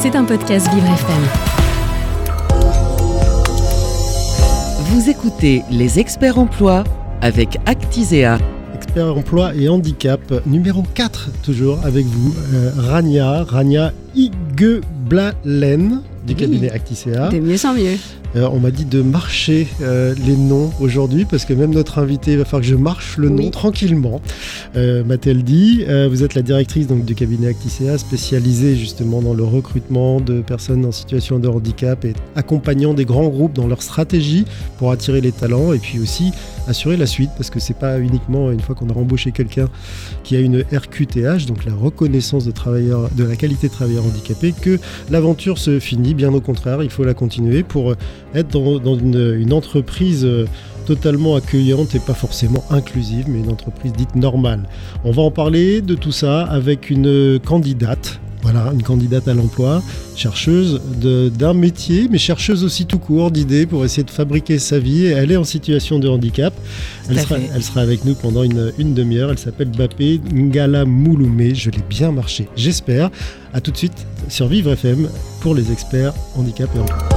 C'est un podcast Vivre FM. Vous écoutez Les Experts Emploi avec Actisea. Expert emploi et handicap, numéro 4, toujours avec vous, Rania Igeblalen du cabinet Actisea. De mieux en mieux. On m'a dit de marcher les noms aujourd'hui parce que même notre invité, il va falloir que je marche le nom tranquillement. M'a-t-elle dit. Vous êtes la directrice donc, du cabinet Actisea, spécialisée justement dans le recrutement de personnes en situation de handicap et accompagnant des grands groupes dans leur stratégie pour attirer les talents et puis aussi assurer la suite parce que c'est pas uniquement une fois qu'on a embauché quelqu'un qui a une RQTH, donc la reconnaissance de la qualité de travailleur handicapé, que l'aventure se finit. Bien au contraire, il faut la continuer pour être dans une entreprise totalement accueillante et pas forcément inclusive, mais une entreprise dite normale. On va en parler de tout ça avec une candidate. Voilà, une candidate à l'emploi, chercheuse d'un métier, mais chercheuse aussi tout court d'idées pour essayer de fabriquer sa vie. Elle est en situation de handicap. Elle sera avec nous pendant une demi-heure. Elle s'appelle Bapé Ngala Mouloumé. Je l'ai bien marché, j'espère. A tout de suite sur Vivre FM pour les experts handicap et emploi.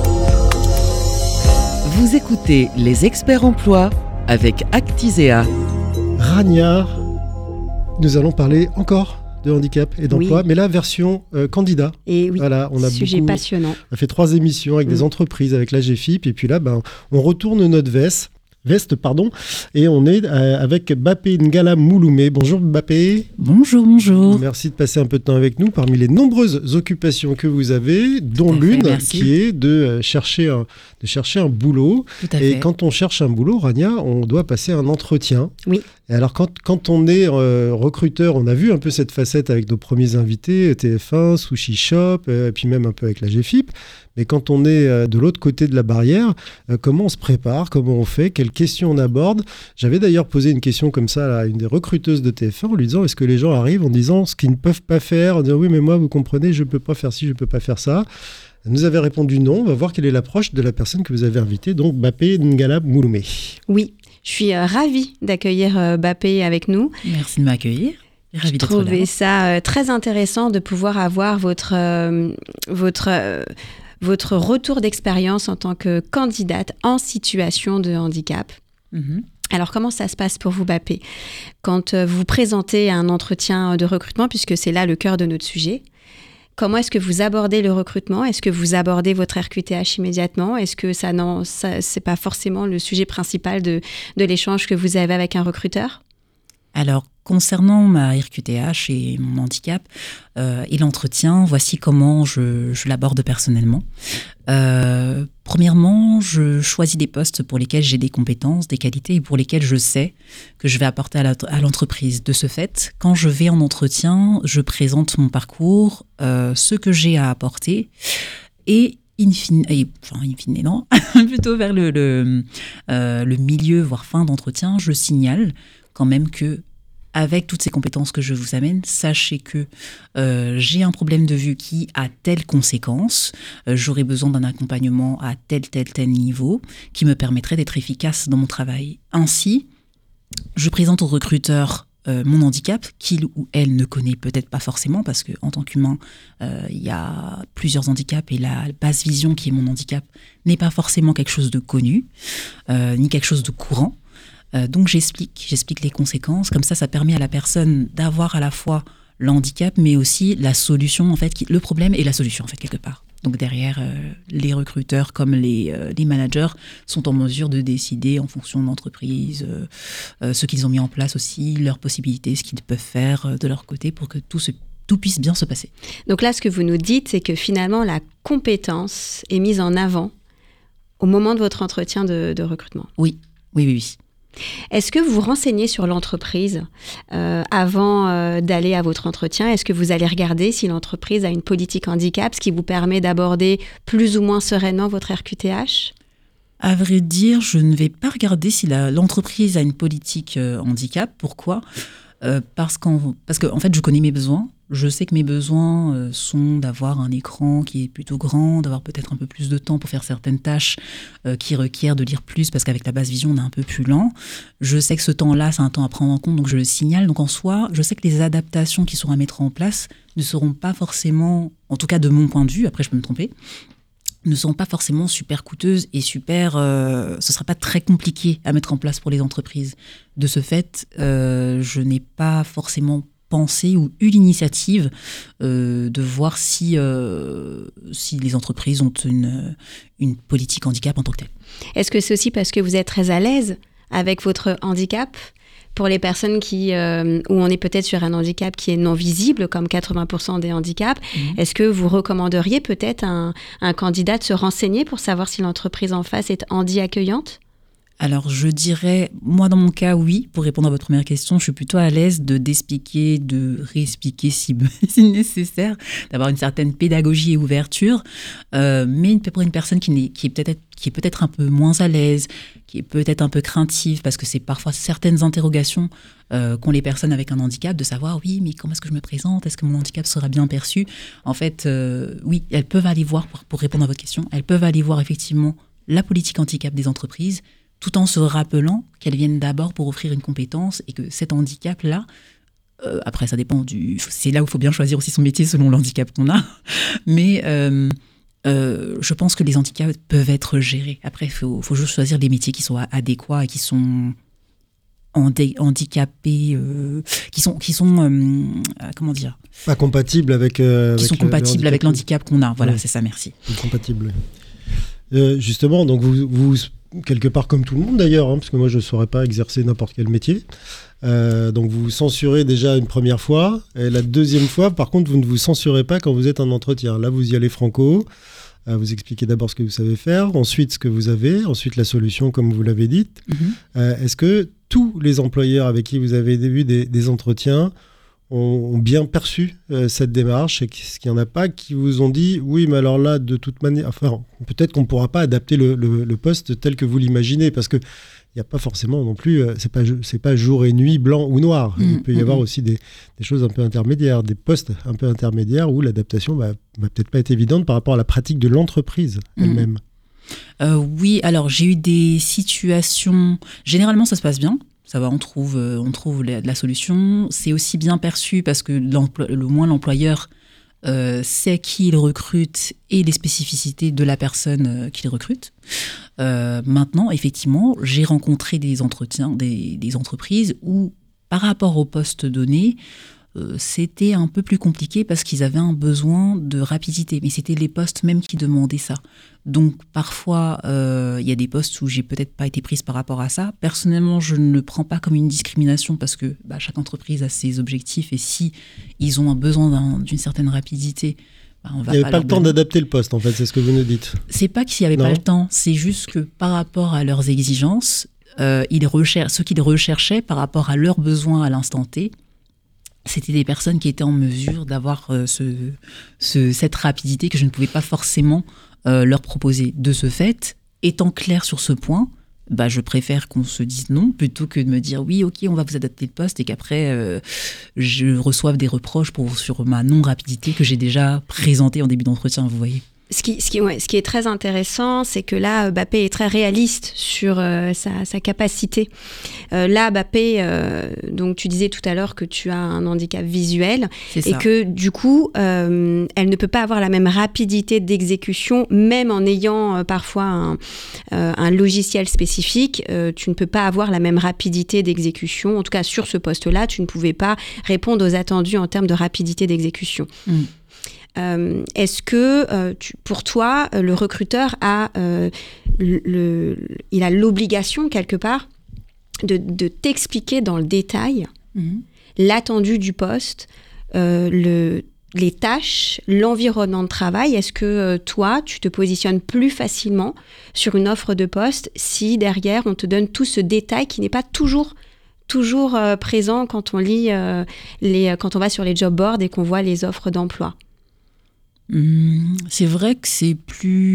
Vous écoutez Les Experts Emploi avec Actisea. Rania, nous allons parler encore de handicap et d'emploi, mais là, version candidat. Et oui, voilà, on a sujet passionnant. On a fait 3 émissions avec des entreprises, avec l'AGFIP, et puis là, on retourne notre veste, et on est avec Bapé Ngala Mouloumé. Bonjour Bapé. Bonjour. Merci de passer un peu de temps avec nous parmi les nombreuses occupations que vous avez, dont l'une qui est de chercher un boulot. Et quand on cherche un boulot, Rania, on doit passer un entretien. Oui. Et alors quand on est recruteur, on a vu un peu cette facette avec nos premiers invités, TF1, Sushi Shop, et puis même un peu avec la GFIP. Mais quand on est de l'autre côté de la barrière, comment on se prépare, comment on fait, quelles questions on aborde. J'avais d'ailleurs posé une question comme ça à une des recruteuses de TF1 en lui disant est-ce que les gens arrivent en disant ce qu'ils ne peuvent pas faire, en disant oui mais moi vous comprenez, je ne peux pas faire ci, je ne peux pas faire ça. Elle nous avait répondu non. On va voir quelle est l'approche de la personne que vous avez invitée, donc Bapé Ngala Mouloumé. Oui, je suis ravie d'accueillir Bapé avec nous. Merci de m'accueillir. Je trouvais ça très intéressant de pouvoir avoir votre retour d'expérience en tant que candidate en situation de handicap. Mm-hmm. Alors, comment ça se passe pour vous, Bapé, quand vous vous présentez à un entretien de recrutement, puisque c'est là le cœur de notre sujet? Comment est-ce que vous abordez le recrutement? Est-ce que vous abordez votre RQTH immédiatement? Est-ce que ça c'est pas forcément le sujet principal de l'échange que vous avez avec un recruteur? Alors, concernant ma RQTH et mon handicap et l'entretien, voici comment je l'aborde personnellement. Premièrement, je choisis des postes pour lesquels j'ai des compétences, des qualités et pour lesquels je sais que je vais apporter à l'entreprise. De ce fait, quand je vais en entretien, je présente mon parcours, ce que j'ai à apporter et in fine non, plutôt vers le milieu, voire fin d'entretien, je signale quand même que avec toutes ces compétences que je vous amène, sachez que j'ai un problème de vue qui a telle conséquence, j'aurai besoin d'un accompagnement à tel niveau qui me permettrait d'être efficace dans mon travail. Ainsi, je présente au recruteur mon handicap, qu'il ou elle ne connaît peut-être pas forcément, parce qu'en tant qu'humain, il y a plusieurs handicaps et la basse vision qui est mon handicap n'est pas forcément quelque chose de connu, ni quelque chose de courant. Donc j'explique les conséquences, comme ça permet à la personne d'avoir à la fois le handicap, mais aussi la solution, en fait, le problème et la solution, en fait, quelque part. Donc derrière, les recruteurs comme les managers sont en mesure de décider en fonction de l'entreprise, ce qu'ils ont mis en place aussi, leurs possibilités, ce qu'ils peuvent faire de leur côté pour que tout puisse bien se passer. Donc là, ce que vous nous dites, c'est que finalement, la compétence est mise en avant au moment de votre entretien de recrutement. Oui. Est-ce que vous vous renseignez sur l'entreprise avant d'aller à votre entretien? Est-ce que vous allez regarder si l'entreprise a une politique handicap, ce qui vous permet d'aborder plus ou moins sereinement votre RQTH? À vrai dire, je ne vais pas regarder si l'entreprise a une politique handicap. Pourquoi ? Parce qu'en fait, je connais mes besoins. Je sais que mes besoins sont d'avoir un écran qui est plutôt grand, d'avoir peut-être un peu plus de temps pour faire certaines tâches qui requièrent de lire plus, parce qu'avec la basse vision, on est un peu plus lent. Je sais que ce temps-là, c'est un temps à prendre en compte, donc je le signale. Donc en soi, je sais que les adaptations qui seront à mettre en place ne seront pas forcément, en tout cas de mon point de vue, après je peux me tromper, ne seront pas forcément super coûteuses et super... ce ne sera pas très compliqué à mettre en place pour les entreprises. De ce fait, je n'ai pas forcément pensé ou eu l'initiative de voir si les entreprises ont une politique handicap en tant que telle. Est-ce que c'est aussi parce que vous êtes très à l'aise avec votre handicap ? Pour les personnes où on est peut-être sur un handicap qui est non visible, comme 80% des handicaps, est-ce que vous recommanderiez peut-être à un candidat de se renseigner pour savoir si l'entreprise en face est handi-accueillante ? Alors, je dirais, moi, dans mon cas, oui. Pour répondre à votre première question, je suis plutôt à l'aise d'expliquer, de réexpliquer si nécessaire, d'avoir une certaine pédagogie et ouverture. Mais pour une personne qui est peut-être un peu moins à l'aise, qui est peut-être un peu craintive, parce que c'est parfois certaines interrogations qu'ont les personnes avec un handicap, de savoir, oui, mais comment est-ce que je me présente ? Est-ce que mon handicap sera bien perçu ? En fait, oui, elles peuvent aller voir, pour répondre à votre question, elles peuvent aller voir effectivement la politique handicap des entreprises, tout en se rappelant qu'elles viennent d'abord pour offrir une compétence et que cet handicap-là, après ça dépend c'est là où il faut bien choisir aussi son métier selon l'handicap qu'on a, mais je pense que les handicaps peuvent être gérés. Après, il faut juste choisir des métiers qui sont adéquats et qui sont handicapés, qui sont comment dire, pas compatibles avec qui sont compatibles avec l'handicap qu'on a. Voilà, c'est ça, merci. Compatibles. Justement, donc vous quelque part comme tout le monde d'ailleurs, parce que moi je ne saurais pas exercer n'importe quel métier. Donc vous vous censurez déjà une première fois, et la deuxième fois, par contre, vous ne vous censurez pas quand vous êtes en entretien. Là, vous y allez franco, vous expliquez d'abord ce que vous savez faire, ensuite ce que vous avez, ensuite la solution comme vous l'avez dite. Est-ce que tous les employeurs avec qui vous avez eu des entretiens ont bien perçu cette démarche, et est-ce qu'il n'y en a pas qui vous ont dit oui, mais alors là, de toute manière, enfin, peut-être qu'on ne pourra pas adapter le poste tel que vous l'imaginez, parce qu'il n'y a pas forcément non plus, c'est pas jour et nuit, blanc ou noir. Il peut y avoir aussi des choses un peu intermédiaires, des postes un peu intermédiaires où l'adaptation va peut-être pas être évidente par rapport à la pratique de l'entreprise elle-même. Oui, alors j'ai eu des situations, généralement ça se passe bien. Ça va, on trouve la solution. C'est aussi bien perçu parce que l'employeur sait qui il recrute et les spécificités de la personne qu'il recrute. Maintenant, effectivement, j'ai rencontré des entretiens, des entreprises où, par rapport au poste donné, c'était un peu plus compliqué parce qu'ils avaient un besoin de rapidité. Mais c'était les postes même qui demandaient ça. Donc parfois, il y a des postes où j'ai peut-être pas été prise par rapport à ça. Personnellement, je ne le prends pas comme une discrimination parce que chaque entreprise a ses objectifs et si ils ont un besoin d'une certaine rapidité, on va il n'y avait pas le temps d'adapter le poste, en fait, c'est ce que vous nous dites. C'est pas qu'il n'y avait pas le temps, c'est juste que par rapport à leurs exigences, ce qu'ils recherchaient par rapport à leurs besoins à l'instant T, c'était des personnes qui étaient en mesure d'avoir cette rapidité que je ne pouvais pas forcément leur proposer. De ce fait, étant clair sur ce point, je préfère qu'on se dise non plutôt que de me dire oui, ok, on va vous adapter le poste et qu'après je reçoive des reproches sur ma non-rapidité que j'ai déjà présentée en début d'entretien, vous voyez. Ce qui est très intéressant, c'est que là, Bappé est très réaliste sur sa capacité. Là, Bappé, donc tu disais tout à l'heure que tu as un handicap visuel et que du coup, elle ne peut pas avoir la même rapidité d'exécution, même en ayant parfois un logiciel spécifique. Tu ne peux pas avoir la même rapidité d'exécution. En tout cas, sur ce poste-là, tu ne pouvais pas répondre aux attendus en termes de rapidité d'exécution. Est-ce que pour toi, le recruteur il a l'obligation quelque part de t'expliquer dans le détail l'attendu du poste, les tâches, l'environnement de travail? Est-ce que toi, tu te positionnes plus facilement sur une offre de poste si derrière on te donne tout ce détail qui n'est pas toujours présent quand on lit quand on va sur les job boards et qu'on voit les offres d'emploi? C'est vrai que c'est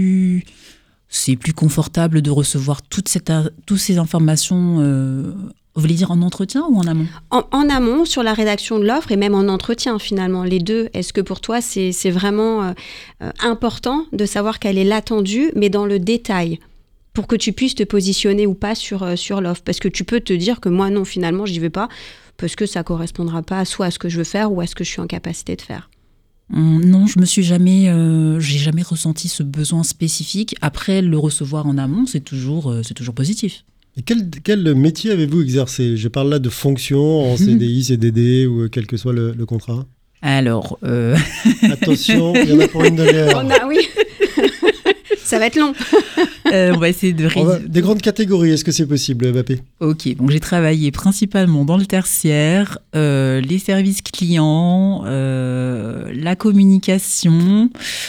plus confortable de recevoir toutes ces informations Vous voulez dire en entretien ou en amont ? En amont, sur la rédaction de l'offre et même en entretien, finalement, les deux. Est-ce que pour toi, c'est vraiment important de savoir quelle est l'attendue, mais dans le détail, pour que tu puisses te positionner ou pas sur l'offre ? Parce que tu peux te dire que moi, non, finalement, j'y vais pas, parce que ça correspondra pas soit à ce que je veux faire ou à ce que je suis en capacité de faire. Non, j'ai jamais ressenti ce besoin spécifique. Après, le recevoir en amont, c'est toujours positif. Et quel métier avez-vous exercé ? Je parle là de fonction en CDI, CDD ou quel que soit le contrat. Alors... Attention, il y en a pour une demi-heure. Oui, ça va être long. On va essayer des grandes catégories, est-ce que c'est possible, Bappé ? Ok, donc j'ai travaillé principalement dans le tertiaire, les services clients, la communication...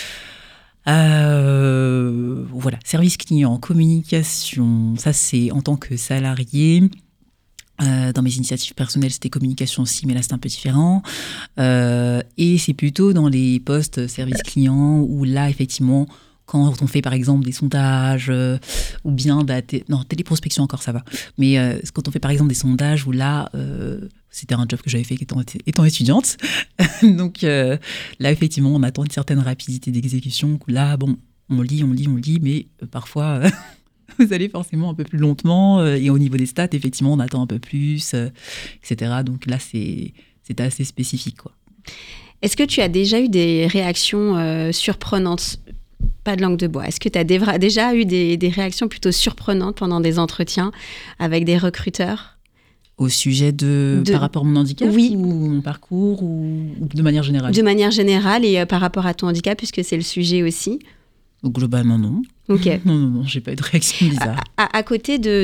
Voilà, service client, communication, ça c'est en tant que salarié. Dans mes initiatives personnelles, c'était communication aussi, mais là c'est un peu différent. Et c'est plutôt dans les postes service client où là, effectivement, quand on fait par exemple des sondages ou bien téléprospection encore ça va, mais quand on fait par exemple des sondages où là c'était un job que j'avais fait étant étudiante donc là effectivement on attend une certaine rapidité d'exécution où là bon on lit mais parfois vous allez forcément un peu plus lentement et au niveau des stats effectivement on attend un peu plus etc. Donc là c'était assez spécifique quoi. Est-ce que tu as déjà eu des réactions surprenantes? Pas de langue de bois. Est-ce que tu as déjà eu des réactions plutôt surprenantes pendant des entretiens avec des recruteurs ? Au sujet par rapport à mon handicap oui. Ou mon parcours ou de manière générale ? De manière générale et par rapport à ton handicap, puisque c'est le sujet aussi. Globalement, non. Ok. Non, j'ai pas eu de réaction bizarre. À côté de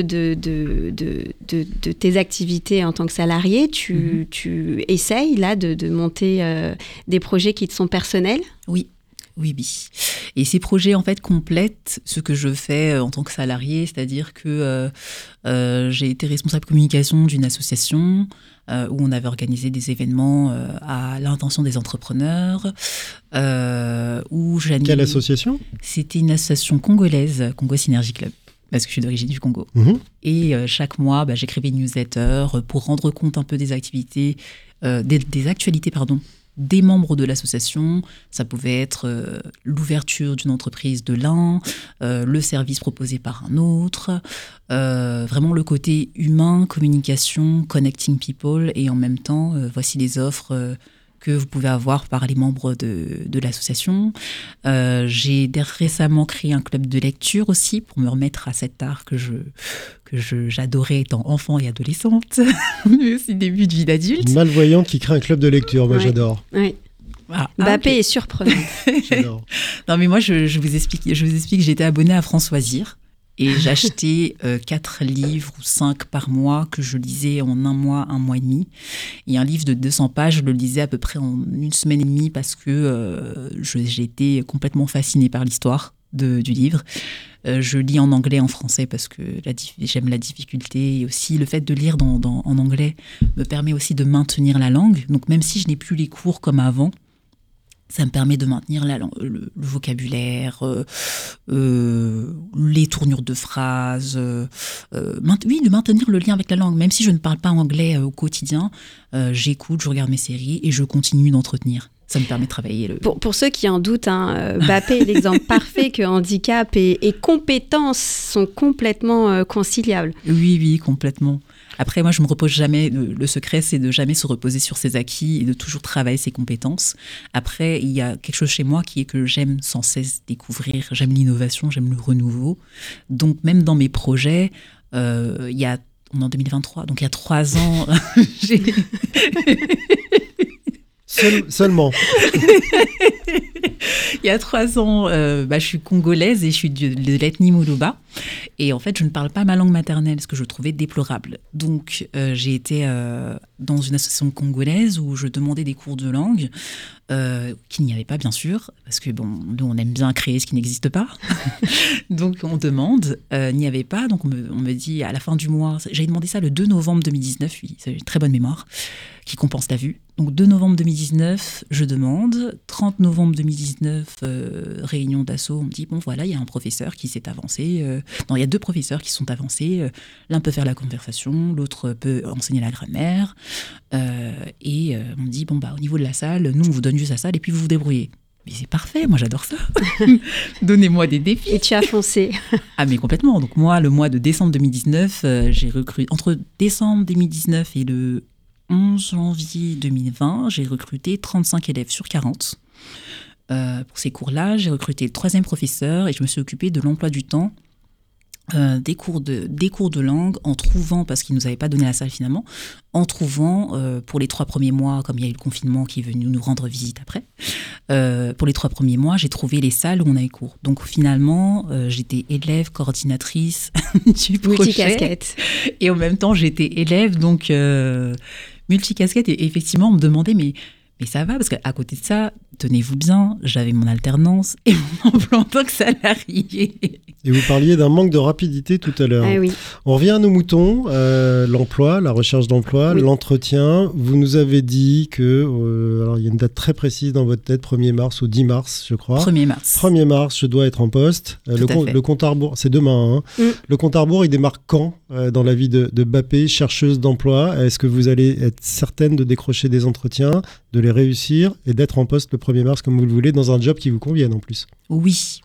tes activités en tant que salarié, tu essayes là de monter des projets qui te sont personnels ? Oui. Et ces projets, en fait, complètent ce que je fais en tant que salarié, c'est-à-dire que j'ai été responsable communication d'une association où on avait organisé des événements à l'intention des entrepreneurs. Quelle association ? C'était une association congolaise, Congo Synergy Club, parce que je suis d'origine du Congo. Et chaque mois, j'écrivais une newsletter pour rendre compte un peu des activités, des actualités, des membres de l'association. Ça pouvait être l'ouverture d'une entreprise de l'un, le service proposé par un autre, vraiment le côté humain, communication, connecting people, et en même temps, voici les offres que vous pouvez avoir par les membres de l'association. J'ai récemment créé un club de lecture aussi pour me remettre à cet art que j'adorais étant enfant et adolescente, mais aussi début de vie d'adulte. Malvoyante qui crée un club de lecture, moi j'adore. Oui. Bappé est surprenant. J'adore. Non mais moi je vous explique, j'étais abonnée à Françoisir et j'achetais 4 livres ou 5 par mois que je lisais en un mois et demi. Et un livre de 200 pages, je le lisais à peu près en 1 semaine et demie parce que j'étais complètement fascinée par l'histoire du livre. Je lis en anglais, en français parce que j'aime la difficulté, et aussi le fait de lire en anglais me permet aussi de maintenir la langue. Donc même si je n'ai plus les cours comme avant, ça me permet de maintenir le vocabulaire, les tournures de phrases, de maintenir le lien avec la langue. Même si je ne parle pas anglais au quotidien, j'écoute, je regarde mes séries et je continue d'entretenir. Ça me permet de travailler. Pour ceux qui en doutent, Bappé est l'exemple parfait que handicap et compétences sont complètement conciliables. Oui, complètement. Après, moi, je ne me repose jamais. Le secret, c'est de jamais se reposer sur ses acquis et de toujours travailler ses compétences. Après, il y a quelque chose chez moi qui est que j'aime sans cesse découvrir. J'aime l'innovation, j'aime le renouveau. Donc, même dans mes projets, on est en 2023, donc il y a 3 ans, j'ai... Seulement. Il y a 3 ans, je suis congolaise et je suis de l'ethnie Muluba. Et en fait, je ne parle pas ma langue maternelle, ce que je trouvais déplorable. Donc, j'ai été dans une association congolaise où je demandais des cours de langue, qu'il n'y avait pas, bien sûr, parce que nous, on aime bien créer ce qui n'existe pas. Donc, on demande, il n'y avait pas. Donc, on me dit, à la fin du mois, j'ai demandé ça le 2 novembre 2019, oui, c'est une très bonne mémoire. qui compense la vue. Donc 2 novembre 2019, je demande. 30 novembre 2019, réunion d'asso, on me dit, bon voilà, il y a un professeur qui s'est avancé. Non, il y a 2 professeurs qui sont avancés. L'un peut faire la conversation, l'autre peut enseigner la grammaire. Et on me dit, bon bah au niveau de la salle, nous on vous donne juste la salle et puis vous vous débrouillez. Mais c'est parfait, moi j'adore ça. Donnez-moi des défis. Et tu as foncé. Ah mais complètement. Donc moi, le mois de décembre 2019, j'ai recruté, entre décembre 2019 et le 11 janvier 2020, j'ai recruté 35 élèves sur 40. Pour ces cours-là, j'ai recruté le 3e professeur et je me suis occupée de l'emploi du temps, des cours de langue, en trouvant, parce qu'ils ne nous avaient pas donné la salle finalement, en trouvant, pour les 3 premiers mois, comme il y a eu le confinement qui est venu nous rendre visite après, pour les 3 premiers mois, j'ai trouvé les salles où on avait cours. Donc finalement, j'étais élève, coordinatrice du projet. Multicasquette. Et en même temps, j'étais élève, donc multicasquette. Et effectivement, on me demandait, mais ça va, parce qu'à côté de ça, tenez-vous bien, j'avais mon alternance et mon emploi en tant que salarié. Et vous parliez d'un manque de rapidité tout à l'heure. Ah oui. On revient à nos moutons, l'emploi, la recherche d'emploi, l'entretien. Vous nous avez dit que, alors il y a une date très précise dans votre tête, 1er mars ou 10 mars, je crois. 1er mars. 1er mars, je dois être en poste. Le compte à rebours, c'est demain. Hein. Le compte à rebours, il démarre quand dans la vie de Bappé, chercheuse d'emploi? Est-ce que vous allez être certaine de décrocher des entretiens, de les réussir et d'être en poste le 1er mars comme vous le voulez, dans un job qui vous convienne en plus? Oui.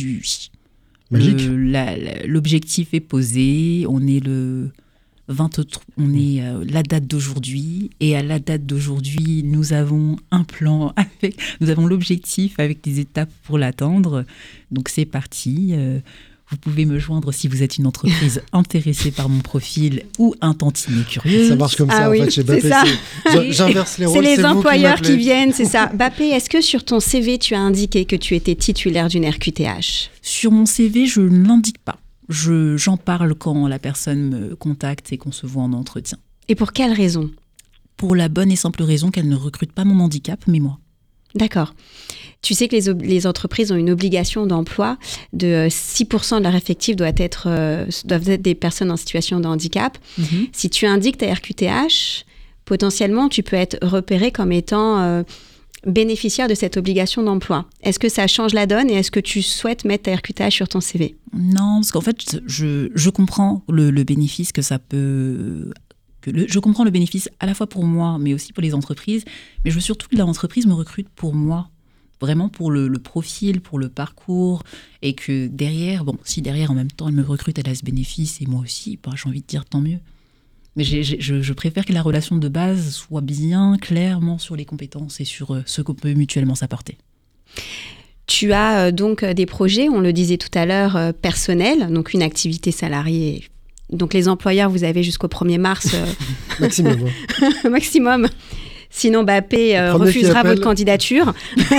Magique. L'objectif est posé, on est le 23, on est la date d'aujourd'hui, et à la date d'aujourd'hui, nous avons un plan, nous avons l'objectif avec des étapes pour l'atteindre. Donc c'est parti. Vous pouvez me joindre si vous êtes une entreprise intéressée par mon profil ou un tantinet curieux. Ça marche comme ça, en fait, chez Bappé. J'inverse les rôles. C'est les employeurs qui viennent, c'est ça. Bappé, est-ce que sur ton CV, tu as indiqué que tu étais titulaire d'une RQTH? Sur mon CV, je ne l'indique pas. J'en parle quand la personne me contacte et qu'on se voit en entretien. Et pour quelle raison? Pour la bonne et simple raison qu'elle ne recrute pas mon handicap, mais moi. D'accord. Tu sais que les entreprises ont une obligation d'emploi de 6% de leur effectif doivent être des personnes en situation de handicap. Mm-hmm. Si tu indiques ta RQTH, potentiellement, tu peux être repéré comme étant bénéficiaire de cette obligation d'emploi. Est-ce que ça change la donne et est-ce que tu souhaites mettre ta RQTH sur ton CV? Non, parce qu'en fait, je comprends le bénéfice que ça peut... Je comprends le bénéfice à la fois pour moi, mais aussi pour les entreprises. Mais je veux surtout que l'entreprise me recrute pour moi. Vraiment pour le profil, pour le parcours. Et que derrière, bon, si derrière, en même temps, elle me recrute, elle a ce bénéfice, et moi aussi, bah, j'ai envie de dire tant mieux. Mais je préfère que la relation de base soit bien clairement sur les compétences et sur ce qu'on peut mutuellement s'apporter. Tu as donc des projets, on le disait tout à l'heure, personnels, donc une activité salariée. Donc les employeurs, vous avez jusqu'au 1er mars. Maximum. Maximum. Sinon, Bappé refusera votre candidature.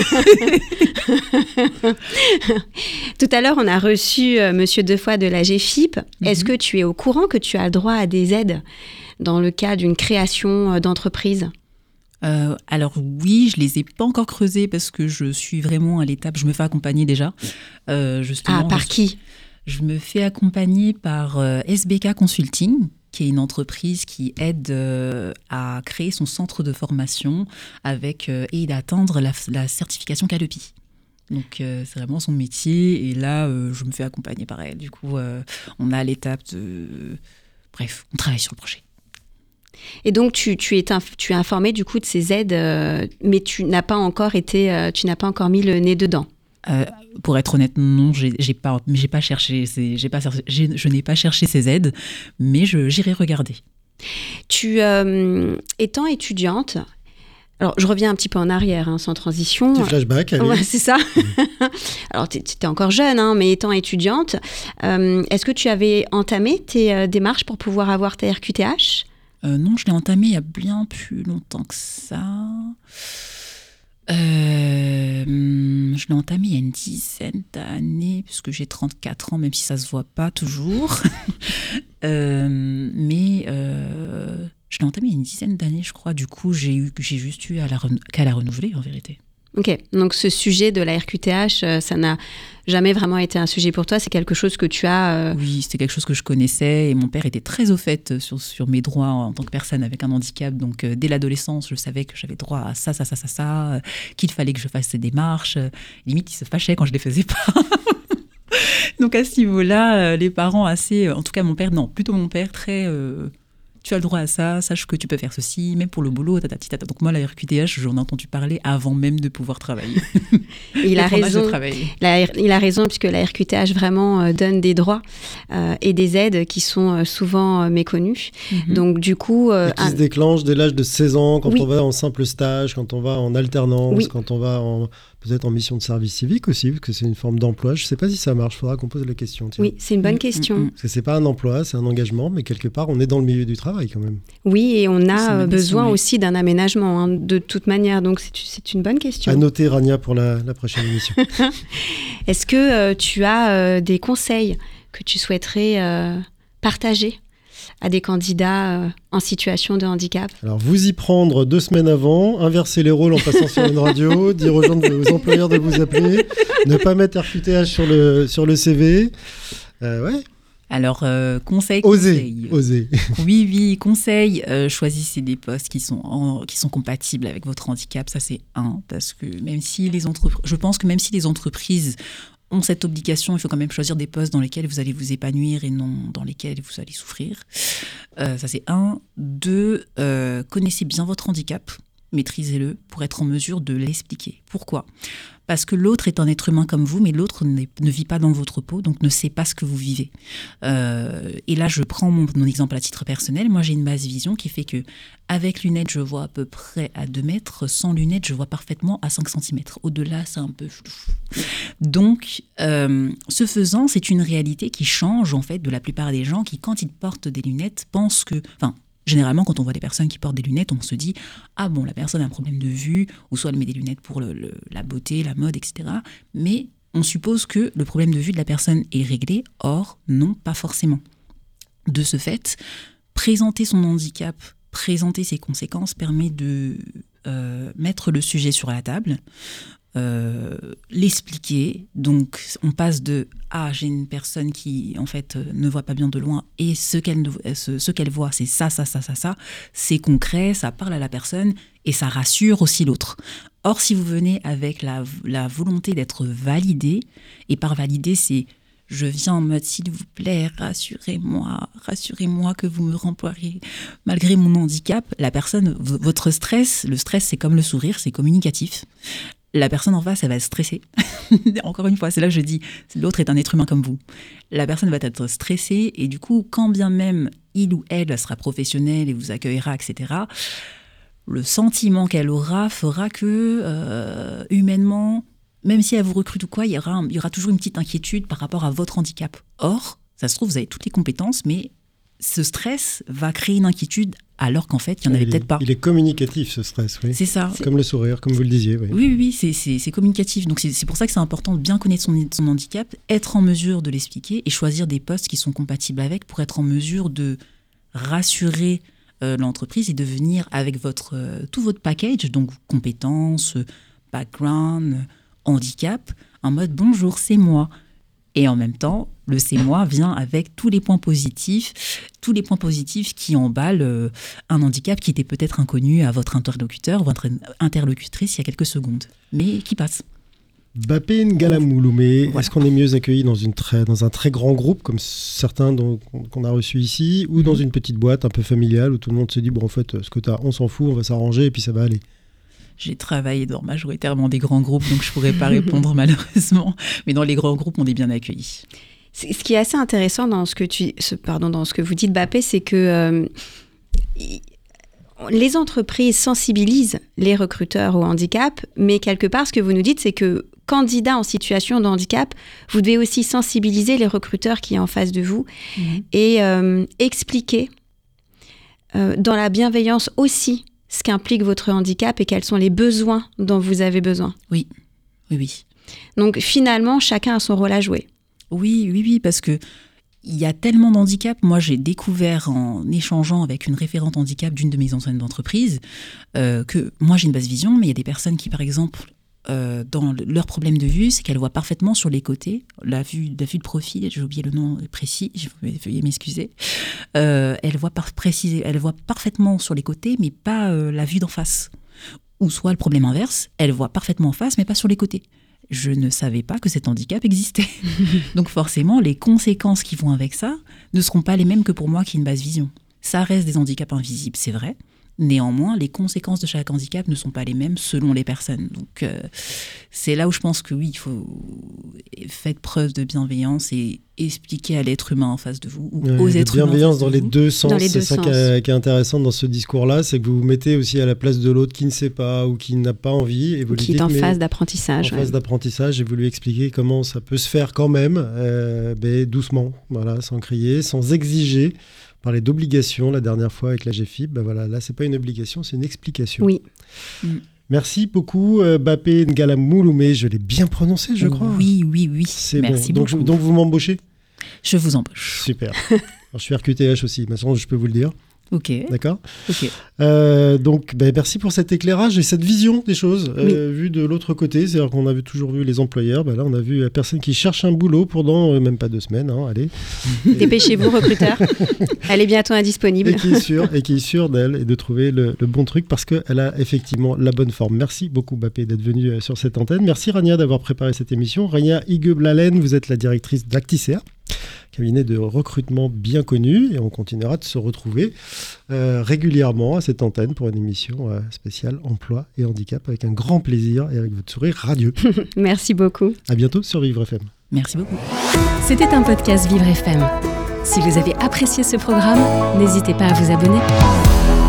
Tout à l'heure, on a reçu Monsieur Defoy de la GFIP. Mm-hmm. Est-ce que tu es au courant que tu as le droit à des aides dans le cas d'une création d'entreprise ? Alors oui, je les ai pas encore creusées parce que je suis vraiment à l'étape, je me fais accompagner déjà. Justement, par qui ? Je me fais accompagner par SBK Consulting, qui est une entreprise qui aide à créer son centre de formation et d'atteindre la certification Calliope. Donc, c'est vraiment son métier. Et là, je me fais accompagner par elle. Du coup, on a l'étape de... Bref, on travaille sur le projet. Et donc, tu es informé du coup de ces aides, mais tu n'as pas encore mis le nez dedans. Pour être honnête, non, j'ai pas cherché. Je n'ai pas cherché ces aides, mais j'irai regarder. Tu étant étudiante, alors je reviens un petit peu en arrière, sans transition. Petit flashback, allez. Ouais, c'est ça. Alors tu étais encore jeune, mais étant étudiante, est-ce que tu avais entamé tes démarches pour pouvoir avoir ta RQTH ? Non, je l'ai entamé il y a bien plus longtemps que ça. Je l'ai entamé il y a une dizaine d'années, puisque j'ai 34 ans, même si ça ne se voit pas toujours. Mais je l'ai entamé il y a une dizaine d'années, je crois. Du coup, j'ai juste eu qu'à la renouveler, en vérité. Ok, donc ce sujet de la RQTH, ça n'a jamais vraiment été un sujet pour toi. C'est quelque chose que tu as... Oui, c'était quelque chose que je connaissais et mon père était très au fait sur mes droits en tant que personne avec un handicap. Donc, dès l'adolescence, je savais que j'avais droit à ça, qu'il fallait que je fasse ces démarches. Limite, il se fâchait quand je les faisais pas. Donc, à ce niveau-là, les parents assez... en tout cas, mon père, non, plutôt mon père, très... tu as le droit à ça, sache que tu peux faire ceci, même pour le boulot, tata. Donc moi, la RQTH, j'en ai entendu parler avant même de pouvoir travailler. Et il a raison. Il a raison, puisque la RQTH vraiment donne des droits et des aides qui sont souvent méconnues. Donc du coup... qui se déclenchent dès l'âge de 16 ans, quand on va en simple stage, quand on va en alternance, quand on va peut-être en mission de service civique aussi, parce que c'est une forme d'emploi. Je ne sais pas si ça marche, il faudra qu'on pose la question. Tiens. Oui, c'est une bonne question. Parce que ce n'est pas un emploi, c'est un engagement, mais quelque part, on est dans le milieu du travail quand même. Oui, et on a besoin aussi d'un aménagement, de toute manière. Donc, c'est une bonne question. À noter, Rania, pour la prochaine émission. Est-ce que tu as des conseils que tu souhaiterais partager à des candidats en situation de handicap? Alors, vous y prendre 2 semaines avant, inverser les rôles en passant sur une radio, dire aux gens, aux employeurs de vous appeler, ne pas mettre RQTH sur le CV. Ouais. Alors, conseil. Osez. Oui, conseil. Choisissez des postes qui sont compatibles avec votre handicap. Ça, c'est parce que je pense que même si les entreprises ont cette obligation, il faut quand même choisir des postes dans lesquels vous allez vous épanouir et non dans lesquels vous allez souffrir. Ça, c'est 1. 2, connaissez bien votre handicap, maîtrisez-le pour être en mesure de l'expliquer. Pourquoi ? Parce que l'autre est un être humain comme vous, mais l'autre ne vit pas dans votre peau, donc ne sait pas ce que vous vivez. Et là, je prends mon exemple à titre personnel. Moi, j'ai une basse vision qui fait que avec lunettes, je vois à peu près à 2 mètres. Sans lunettes, je vois parfaitement à 5 cm. Au-delà, c'est un peu flou. Donc, ce faisant, c'est une réalité qui change en fait de la plupart des gens qui, quand ils portent des lunettes, pensent que... Généralement, quand on voit des personnes qui portent des lunettes, on se dit « Ah bon, la personne a un problème de vue, ou soit elle met des lunettes pour la beauté, la mode, etc. » Mais on suppose que le problème de vue de la personne est réglé. Or, non, pas forcément. De ce fait, présenter son handicap, présenter ses conséquences permet de mettre le sujet sur la table, l'expliquer. Donc, on passe de « Ah, j'ai une personne qui, en fait, ne voit pas bien de loin et ce qu'elle voit, c'est ça. » C'est concret, ça parle à la personne et ça rassure aussi l'autre. Or, si vous venez avec la volonté d'être validé, et par validé, c'est « Je viens en mode, s'il vous plaît, rassurez-moi que vous me remploierez malgré mon handicap », la personne, votre stress, le stress, c'est comme le sourire, c'est communicatif. La personne en face, elle va stresser. Encore une fois, c'est là que je dis, l'autre est un être humain comme vous. La personne va être stressée et du coup, quand bien même il ou elle sera professionnel et vous accueillera, etc., le sentiment qu'elle aura fera que, humainement, même si elle vous recrute ou quoi, il y aura toujours une petite inquiétude par rapport à votre handicap. Or, ça se trouve, vous avez toutes les compétences, mais ce stress va créer une inquiétude alors qu'en fait, il n'y en avait peut-être pas. Il est communicatif, ce stress, oui. C'est ça. Comme le sourire, comme vous le disiez. Oui, oui, c'est communicatif. Donc, c'est pour ça que c'est important de bien connaître son handicap, être en mesure de l'expliquer et choisir des postes qui sont compatibles avec pour être en mesure de rassurer l'entreprise et de venir avec tout votre package, donc compétences, background, handicap, en mode « bonjour, c'est moi ». Et en même temps, le « c'est moi » vient avec tous les points positifs qui emballent un handicap qui était peut-être inconnu à votre interlocuteur ou votre interlocutrice il y a quelques secondes, mais qui passe. Bapé Ngalamouloumé, voilà. Est-ce qu'on est mieux accueilli dans un très grand groupe, comme certains qu'on a reçus ici, ou dans une petite boîte un peu familiale où tout le monde se dit, bon, en fait, ce que tu as, on s'en fout, on va s'arranger et puis ça va aller? J'ai travaillé dans majoritairement des grands groupes, donc je ne pourrais pas répondre malheureusement. Mais dans les grands groupes, on est bien accueillis. Ce qui est assez intéressant dans ce que vous dites, Bapé, c'est que les entreprises sensibilisent les recruteurs au handicap, mais quelque part, ce que vous nous dites, c'est que candidat en situation de handicap, vous devez aussi sensibiliser les recruteurs qui sont en face de vous et expliquer dans la bienveillance aussi ce qu'implique votre handicap et quels sont les besoins dont vous avez besoin. Oui. Donc finalement, chacun a son rôle à jouer. Oui, parce que il y a tellement d'handicaps. Moi, j'ai découvert en échangeant avec une référente handicap d'une de mes anciennes entreprises que moi, j'ai une basse vision, mais il y a des personnes qui, par exemple, dans leur problème de vue, c'est qu'elle voit parfaitement sur les côtés, la vue de profil, j'ai oublié le nom précis, veuillez m'excuser, elle voit parfaitement sur les côtés, mais pas la vue d'en face. Ou soit le problème inverse, elle voit parfaitement en face, mais pas sur les côtés. Je ne savais pas que cet handicap existait. Donc forcément, les conséquences qui vont avec ça ne seront pas les mêmes que pour moi qui ai une basse vision. Ça reste des handicaps invisibles, c'est vrai. Néanmoins, les conséquences de chaque handicap ne sont pas les mêmes selon les personnes. Donc, c'est là où je pense que oui, il faut faire preuve de bienveillance et expliquer à l'être humain en face de vous, ou aux êtres humains. Bienveillance dans les deux sens, c'est ça qui est intéressant dans ce discours-là, c'est que vous vous mettez aussi à la place de l'autre qui ne sait pas ou qui n'a pas envie. Et vous qui est en phase d'apprentissage. En phase d'apprentissage, et vous lui expliquez comment ça peut se faire quand même, doucement, voilà, sans crier, sans exiger. On parlait d'obligation la dernière fois avec la GFIP, voilà, là c'est pas une obligation, c'est une explication. Oui. Merci beaucoup Bapé Ngala Mouloumé, je l'ai bien prononcé je crois. Oui, c'est merci bon. Beaucoup. Donc vous m'embauchez ? Je vous embauche. Super. Alors, je suis RQTH aussi, maintenant je peux vous le dire. Ok. D'accord. Ok. Donc, merci pour cet éclairage et cette vision des choses, vue de l'autre côté. C'est-à-dire qu'on avait toujours vu les employeurs. Là, on a vu la personne qui cherche un boulot pendant même pas 2 semaines. Allez. Dépêchez-vous, recruteur. Elle est bientôt indisponible. Et qui est sûre d'elle et de trouver le bon truc parce qu'elle a effectivement la bonne forme. Merci beaucoup, Bapé, d'être venu sur cette antenne. Merci, Rania, d'avoir préparé cette émission. Rania Higueblalen, vous êtes la directrice d'Acticea, cabinet de recrutement bien connu, et on continuera de se retrouver régulièrement à cette antenne pour une émission spéciale emploi et handicap avec un grand plaisir et avec votre sourire radieux. Merci beaucoup. À bientôt sur Vivre FM. Merci beaucoup. C'était un podcast Vivre FM. Si vous avez apprécié ce programme, n'hésitez pas à vous abonner.